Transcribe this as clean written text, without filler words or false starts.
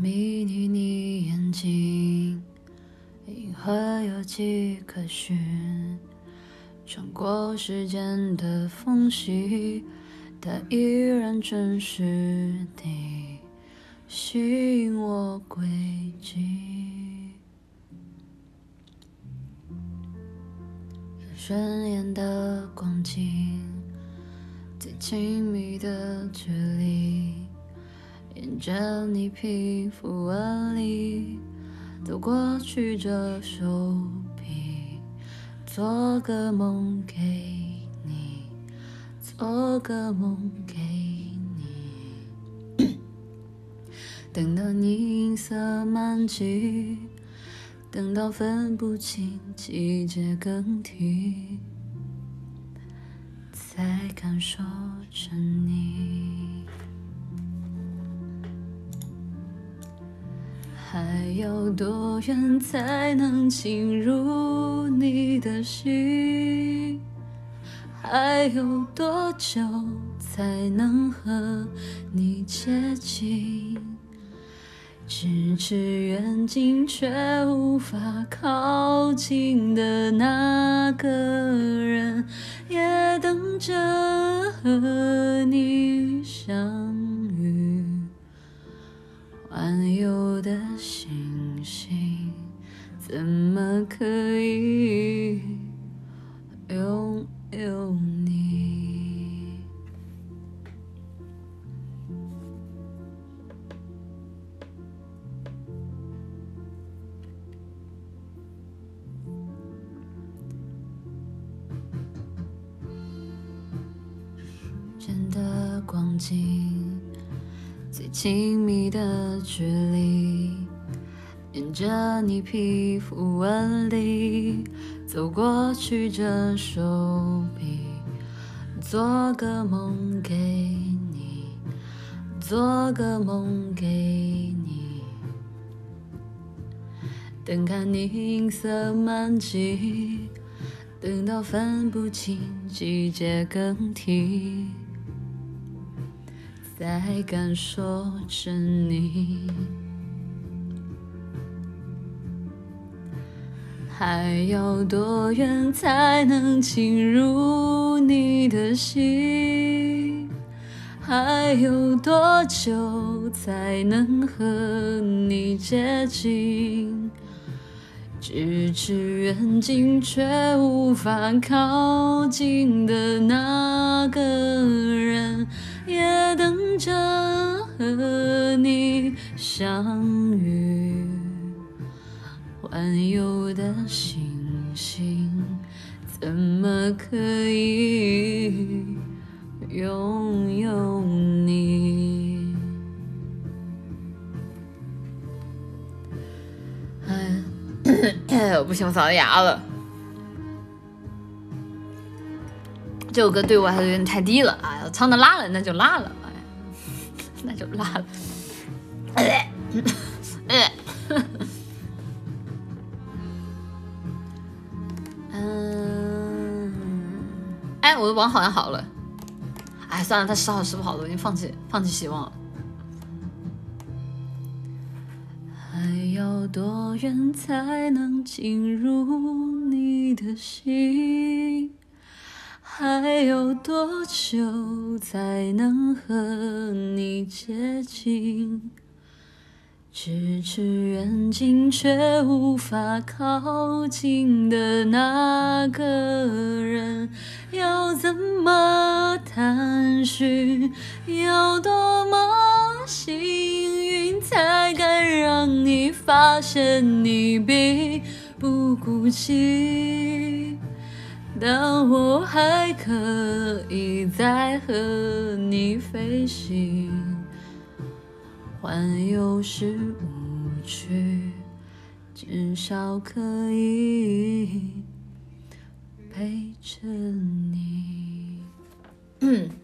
迷离你眼睛，银河有迹可循，穿过时间的缝隙，它依然真实地吸引我轨迹。顺眼的光景，最亲密的距离，沿着你皮肤纹理走过曲折手臂，做个梦给你，做个梦给你。等到你银色满际，等到分不清季节更替，才感受着你。还有多远才能进入你的心？还有多久才能和你接近？咫尺远近却无法靠近的那个人，也等着和你相遇。环游的星星，怎么可以拥有你？间的光景，最亲密的距离，沿着你皮肤纹理走过曲折手臂，做个梦给你，做个梦给你。等看你银色满际，等到分不清季节更替，在感受着你。还有多远才能进入你的心？还有多久才能和你接近？咫尺远近却无法靠近的那个人，也等着和你相遇。环游的星星，怎么可以拥有你？我不行，我嗓子哑了。这首歌对我还是有点太低了，哎呀，唱的辣了，那就辣了，哎，那就辣了。哎，我的网好像好了。哎，算了，他时好时不好的，我已经放弃希望了。还要多远才能进入你的心？还有多久才能和你接近？咫尺远近却无法靠近的那个人，要怎么探寻？要多么幸运才敢让你发现你并不孤寂？但我还可以再和你飞行，环游是无趣，至少可以陪着你。